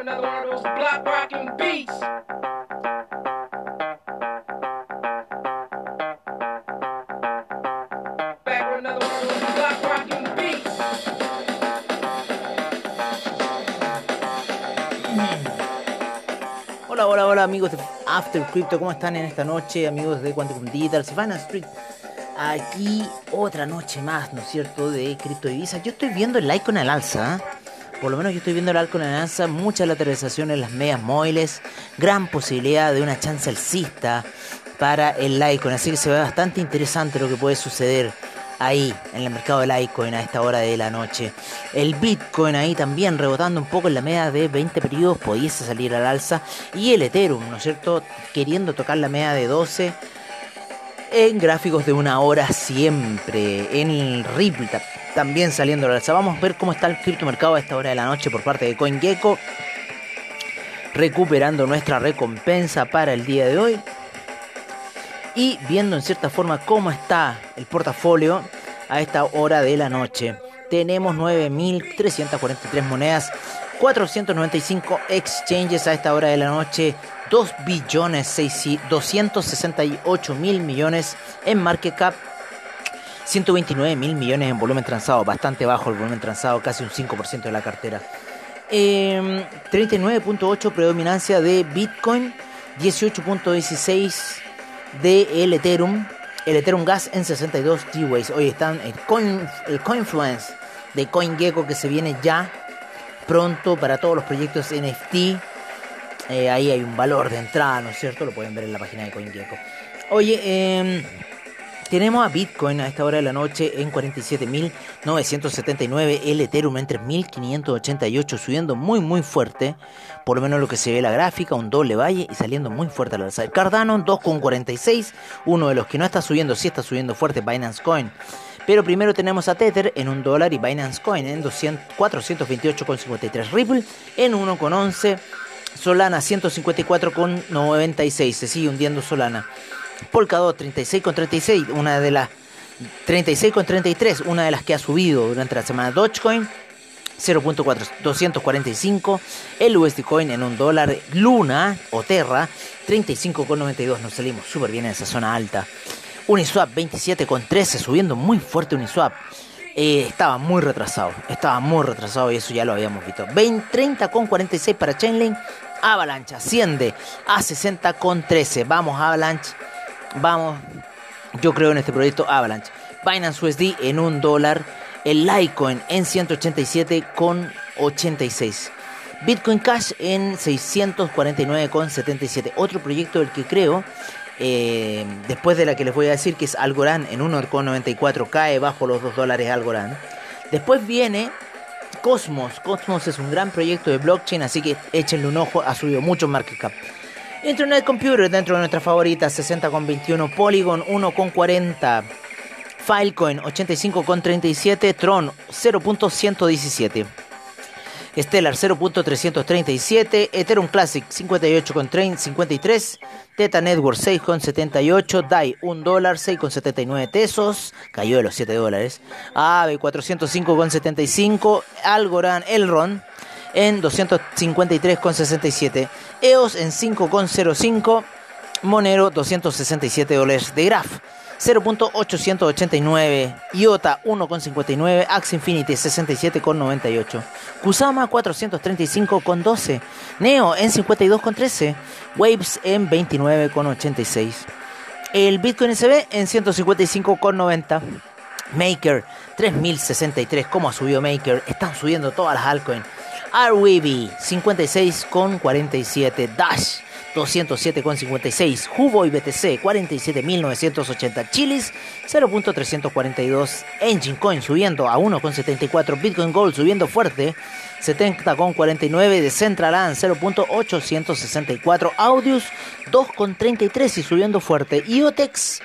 another one of those block rocking beats. Back with another one of those block rocking beats. Hola, hola, hola amigos de After Crypto, ¿cómo están en esta noche? Amigos de Quantum Digital, Finance Street. Aquí otra noche más, ¿no es cierto?, de criptodivisas. Yo estoy viendo el Litecoin al alza, ¿eh? Por lo menos yo estoy viendo el Litecoin al alza, mucha lateralización en las medias móviles, gran posibilidad de una chance alcista para el Litecoin, así que se ve bastante interesante lo que puede suceder ahí en el mercado del Litecoin a esta hora de la noche. El Bitcoin ahí también rebotando un poco en la media de 20 periodos, pudiese salir al alza, y el Ethereum, ¿no es cierto?, queriendo tocar la media de 12 en gráficos de una hora siempre. En el Ripple también saliendo al alza. Vamos a ver cómo está el criptomercado a esta hora de la noche por parte de CoinGecko, recuperando nuestra recompensa para el día de hoy y viendo en cierta forma cómo está el portafolio a esta hora de la noche. Tenemos 9.343 monedas, 495 exchanges a esta hora de la noche, 2.268.000 millones en market cap, 129.000 millones en volumen transado, bastante bajo el volumen transado, casi un 5% de la cartera. 39.8 predominancia de Bitcoin, 18.16 de el Ethereum Gas en 62 T-Ways. Hoy están el Coinfluence de CoinGecko, que se viene ya pronto para todos los proyectos NFT. Ahí hay un valor de entrada, ¿no es cierto? Lo pueden ver en la página de CoinGecko. Oye, tenemos a Bitcoin a esta hora de la noche en 47.979, el Ethereum en 3.588, subiendo muy muy fuerte, por lo menos lo que se ve en la gráfica, un doble valle y saliendo muy fuerte al alza. El Cardano 2,46, uno de los que no está subiendo, sí está subiendo fuerte, Binance Coin. Pero primero tenemos a Tether en $1 y Binance Coin en 428,53, Ripple en 1,11, Solana 154,96, se sigue hundiendo Solana. Polkadot 36,36, una de las 36,33, una de las que ha subido durante la semana. Dogecoin 0.245, el USD Coin en $1, Luna o Terra 35,92, nos salimos súper bien en esa zona alta. Uniswap 27,13, subiendo muy fuerte Uniswap. Estaba muy retrasado y eso ya lo habíamos visto. 30,46 para Chainlink. Avalanche asciende a 60,13. Vamos Avalanche, vamos, yo creo en este proyecto Avalanche. Binance USD en $1, el Litecoin en 187,86, Bitcoin Cash en 649,77. Otro proyecto del que creo, después de la que les voy a decir, que es Algorand en 1,94, cae bajo los $2 Algorand. Después viene Cosmos. Cosmos es un gran proyecto de blockchain, así que échenle un ojo, ha subido mucho market cap. Internet Computer dentro de nuestras favoritas, 60,21, Polygon 1,40, Filecoin 85,37, Tron 0.117, Stellar 0.337, Ethereum Classic 58,53, Teta Network 6,78, DAI $1, 6,79 pesos, cayó de los $7, Aave 405,75, Algorand, Elrond en 253,67, EOS en 5,05, Monero $267 de Graph 0.889, IOTA 1,59, Axie Infinity 67,98, Kusama 435,12, Neo en 52,13, Waves en 29,86, el Bitcoin SB en 155,90, Maker 3063. ¿Cómo ha subido Maker? Están subiendo todas las altcoins. Arweeby 56,47, Dash 207,56, Hubo y BTC 47.980, Chilis 0.342, Engine Coin subiendo a 1,74, Bitcoin Gold subiendo fuerte 70,49, Decentraland 0.864, Audius 2,33 y subiendo fuerte, IOTEX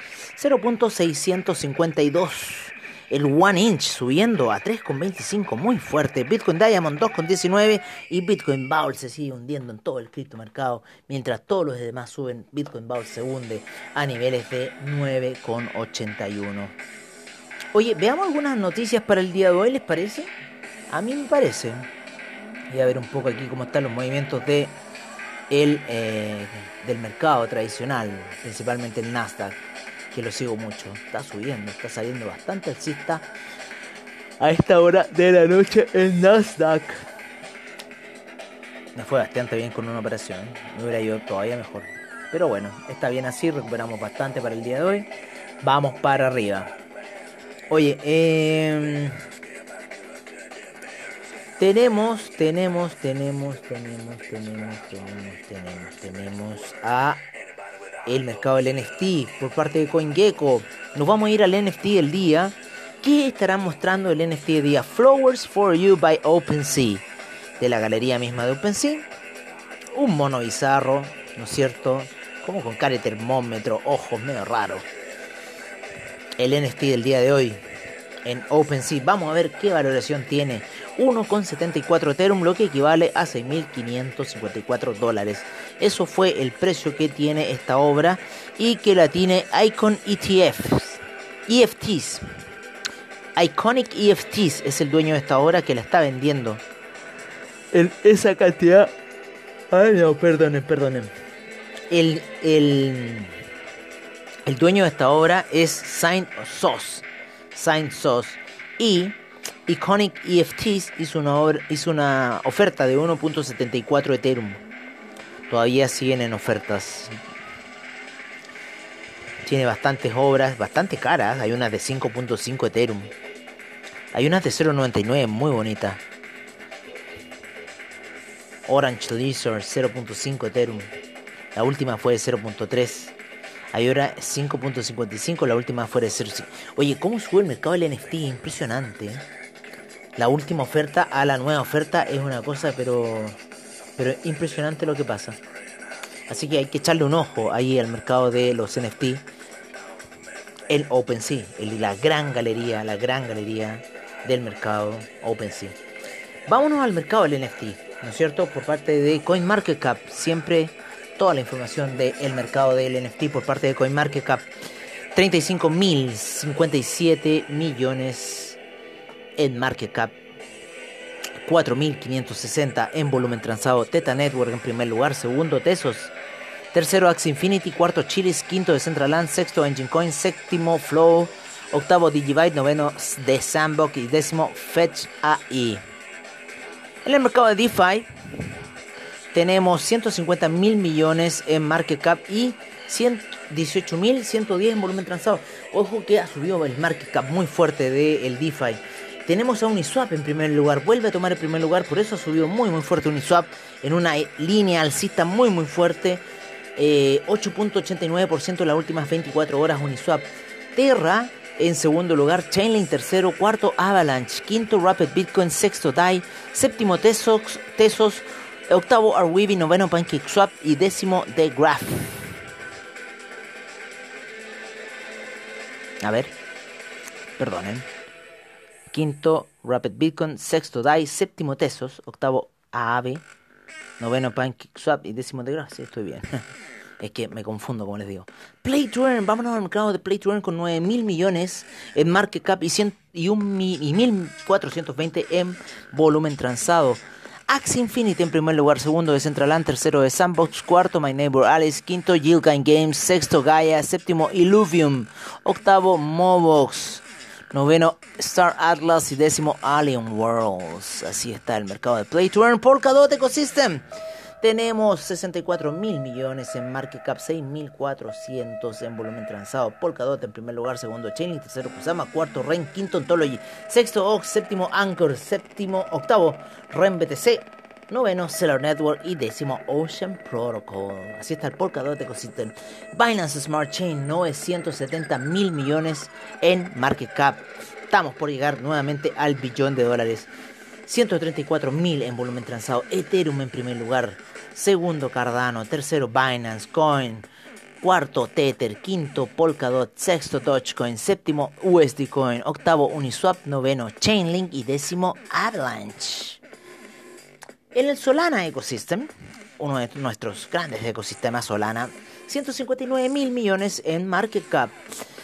0.652. El One Inch subiendo a 3,25, muy fuerte. Bitcoin Diamond 2,19 y Bitcoin Vault se sigue hundiendo en todo el criptomercado. Mientras todos los demás suben, Bitcoin Vault se hunde a niveles de 9,81. Oye, veamos algunas noticias para el día de hoy, ¿les parece? A mí me parece. Voy a ver un poco aquí cómo están los movimientos del mercado tradicional, principalmente el Nasdaq, que lo sigo mucho. Está subiendo, está saliendo bastante alcista a esta hora de la noche el Nasdaq. Me fue bastante bien con una operación, me hubiera ido todavía mejor. Pero bueno, está bien así, recuperamos bastante para el día de hoy. Vamos para arriba. Oye, tenemos a el mercado del NFT por parte de CoinGecko. Nos vamos a ir al NFT del día. ¿Qué estarán mostrando el NFT del día? Flowers for You by OpenSea, de la galería misma de OpenSea. Un mono bizarro, ¿no es cierto? Como con cara de termómetro, ojos medio raros. El NFT del día de hoy en OpenSea. Vamos a ver qué valoración tiene. 1,74 Ethereum, lo que equivale a $6.554. Eso fue el precio que tiene esta obra y que la tiene Icon EFTs. Iconic EFTs es el dueño de esta obra que la está vendiendo en esa cantidad. Ay, no, perdonen. El dueño de esta obra es Saint Sauce. Y Iconic EFTs hizo una oferta de 1.74 Ethereum. Todavía siguen en ofertas. Tiene bastantes obras, bastante caras. Hay unas de 5.5 Ethereum. Hay unas de 0.99 muy bonitas. Orange Lizard 0.5 Ethereum. La última fue de 0.3. Hay ahora 5.55. La última fue de 0.5. Oye, ¿cómo sube el mercado del NFT? Impresionante. La última oferta a la nueva oferta es una cosa, pero impresionante lo que pasa. Así que hay que echarle un ojo ahí al mercado de los NFT en OpenSea, la gran galería del mercado OpenSea. Vámonos al mercado del NFT, ¿no es cierto? Por parte de CoinMarketCap, siempre toda la información del mercado del NFT por parte de CoinMarketCap. 35.057 millones en market cap, 4.560 en volumen transado. Teta Network en primer lugar, segundo Tesos, tercero Axie Infinity, cuarto Chilis, quinto Decentraland, sexto Engine Coin, séptimo Flow, octavo Digibyte, noveno The Sandbox y décimo Fetch AI. En el mercado de DeFi tenemos 150.000 millones en market cap y 18.110 en volumen transado. Ojo que ha subido el market cap muy fuerte del DeFi. Tenemos a Uniswap en primer lugar, vuelve a tomar el primer lugar, por eso ha subido muy fuerte Uniswap en una línea alcista muy fuerte. 8.89% en las últimas 24 horas Uniswap. Terra en segundo lugar, Chainlink tercero, cuarto Avalanche, quinto Rapid Bitcoin, sexto DAI, séptimo Tesos, octavo Arweavy, noveno PancakeSwap y décimo The Graph. A ver, perdonen. Quinto Rapid Bitcoin, sexto DAI, séptimo Tesos, octavo Aave, noveno PancakeSwap y décimo The Graph. Sí, estoy bien. Es que me confundo, como les digo. Play to Earn, vámonos al mercado de Play to Earn con 9.000 millones en market cap y 1.420 en volumen transado. Axie Infinity en primer lugar, segundo Decentraland, tercero de Sandbox, cuarto My Neighbor Alice, quinto Yieldcoin Games, sexto Gaia, séptimo Illuvium, octavo Mobox, noveno Star Atlas y décimo Alien Worlds. Así está el mercado de Play to Earn. Polkadot Ecosystem. Tenemos 64.000 millones en market cap, 6.400 en volumen transado. Polkadot en primer lugar, segundo Chainlink, tercero Kusama, cuarto Ren, quinto Ontology, sexto Ox, séptimo Anchor, octavo Ren BTC, noveno Stellar Network y décimo Ocean Protocol. Así está el Polkadot Ecosystem. Binance Smart Chain, 970.000 millones en market cap. Estamos por llegar nuevamente al billón de dólares. 134.000 en volumen transado. Ethereum en primer lugar, segundo Cardano, tercero Binance Coin, cuarto Tether, quinto Polkadot, sexto Dogecoin, séptimo USD Coin, octavo Uniswap, noveno Chainlink y décimo Avalanche. En el Solana Ecosystem, uno de nuestros grandes ecosistemas Solana, 159.000 millones en market cap,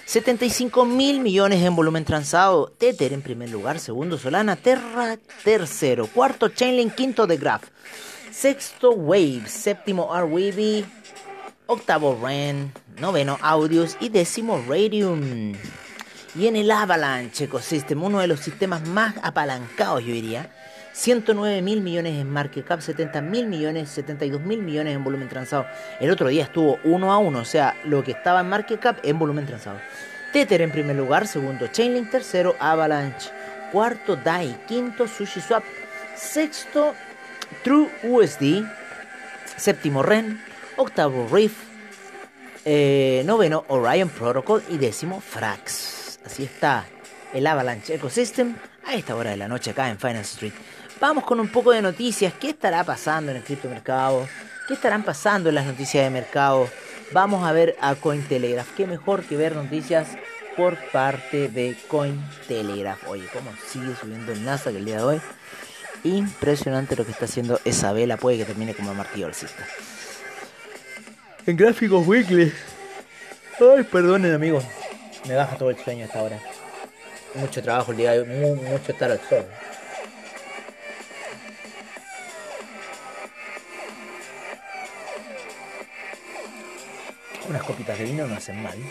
75 mil millones en volumen transado. Tether en primer lugar, segundo Solana, Terra tercero, cuarto Chainlink, quinto The Graph, sexto Wave, séptimo Arweavy, octavo Ren, noveno Audius y décimo Radium. Y en el Avalanche Ecosystem, uno de los sistemas más apalancados, yo diría, 109 mil millones en market cap, 70 mil millones, 72 mil millones en volumen transado. El otro día estuvo 1-1, o sea, lo que estaba en market cap en volumen transado. Tether en primer lugar, segundo Chainlink, tercero Avalanche, cuarto DAI, quinto SushiSwap, sexto True USD, séptimo Ren, octavo Riff, noveno Orion Protocol y décimo Frax. Así está el Avalanche Ecosystem a esta hora de la noche acá en Finance Street. Vamos con un poco de noticias. ¿Qué estará pasando en el criptomercado? ¿Qué estarán pasando en las noticias de mercado? Vamos a ver a Cointelegraph. Qué mejor que ver noticias por parte de Cointelegraph. Oye, cómo sigue subiendo el Nasdaq el día de hoy. Impresionante lo que está haciendo esa vela. Puede que termine como el martillo alcista. En gráficos weekly. Ay, perdonen amigos. Me baja todo el sueño a esta hora. Mucho trabajo el día de hoy. Mucho estar al sol. Unas copitas de vino no hacen mal.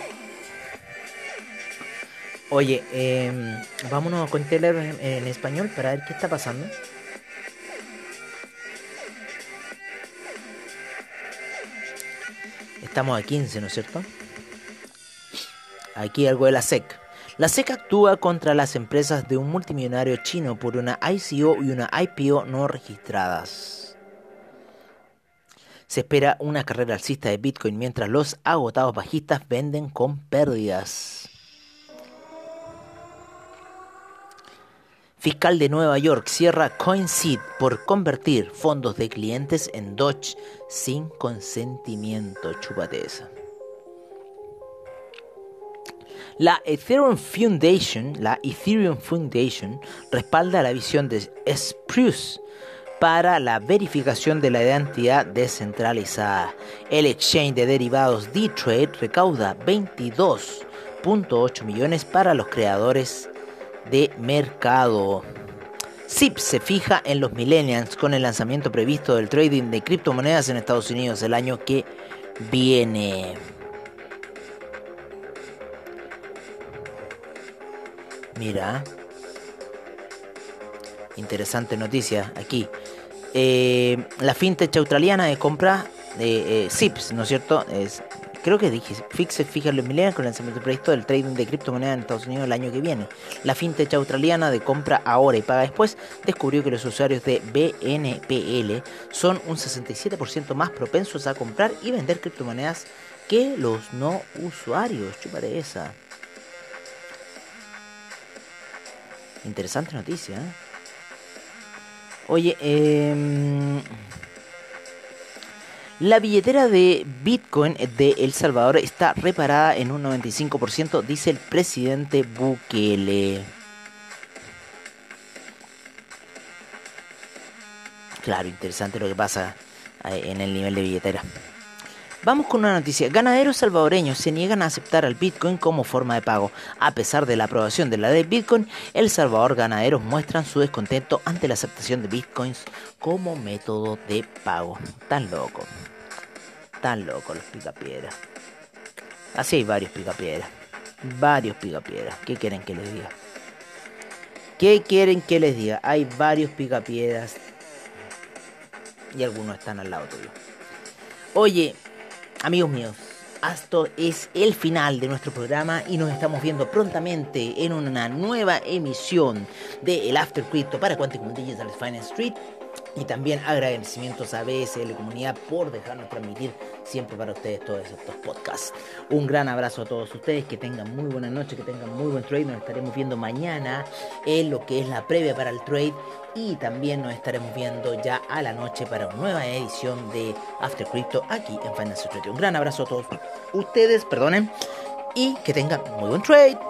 Oye, vámonos con Cointelegraph en español para ver qué está pasando. Estamos a 15, ¿no es cierto? Aquí algo de la SEC. La SEC actúa contra las empresas de un multimillonario chino por una ICO y una IPO no registradas. Se espera una carrera alcista de Bitcoin mientras los agotados bajistas venden con pérdidas. Fiscal de Nueva York cierra CoinSeed por convertir fondos de clientes en Doge sin consentimiento. Chúpate esa. La Ethereum Foundation respalda la visión de Spruce para la verificación de la identidad descentralizada. El exchange de derivados D-Trade recauda 22.8 millones para los creadores de mercado. SIP se fija en los millennials con el lanzamiento previsto del trading de criptomonedas en Estados Unidos el año que viene. Mira, interesante noticia aquí. La fintech australiana de compra de SIPs, ¿no es cierto? Creo que dije, se fija en los millennials con el lanzamiento previsto del trading de criptomonedas en Estados Unidos el año que viene. La fintech australiana de compra ahora y paga después descubrió que los usuarios de BNPL son un 67% más propensos a comprar y vender criptomonedas que los no usuarios. Chúpate esa. Interesante noticia, ¿eh? Oye, la billetera de Bitcoin de El Salvador está reparada en un 95%, dice el presidente Bukele. Claro, interesante lo que pasa en el nivel de billetera. Vamos con una noticia. Ganaderos salvadoreños se niegan a aceptar al Bitcoin como forma de pago. A pesar de la aprobación de la ley Bitcoin, El Salvador ganaderos muestran su descontento ante la aceptación de Bitcoins como método de pago. Tan loco los picapiedras. Así hay varios picapiedras. ¿Qué quieren que les diga? Hay varios picapiedras y algunos están al lado tuyo. Oye, amigos míos, esto es el final de nuestro programa y nos estamos viendo prontamente en una nueva emisión de El After Crypto para Quantum Digital Finance Street. Y también agradecimientos a BSL Comunidad por dejarnos transmitir siempre para ustedes todos estos podcasts. Un gran abrazo a todos ustedes, que tengan muy buena noche, que tengan muy buen trade. Nos estaremos viendo mañana en lo que es la previa para el trade. Y también nos estaremos viendo ya a la noche para una nueva edición de After Crypto aquí en Finance Street. Un gran abrazo a todos ustedes, y que tengan muy buen trade.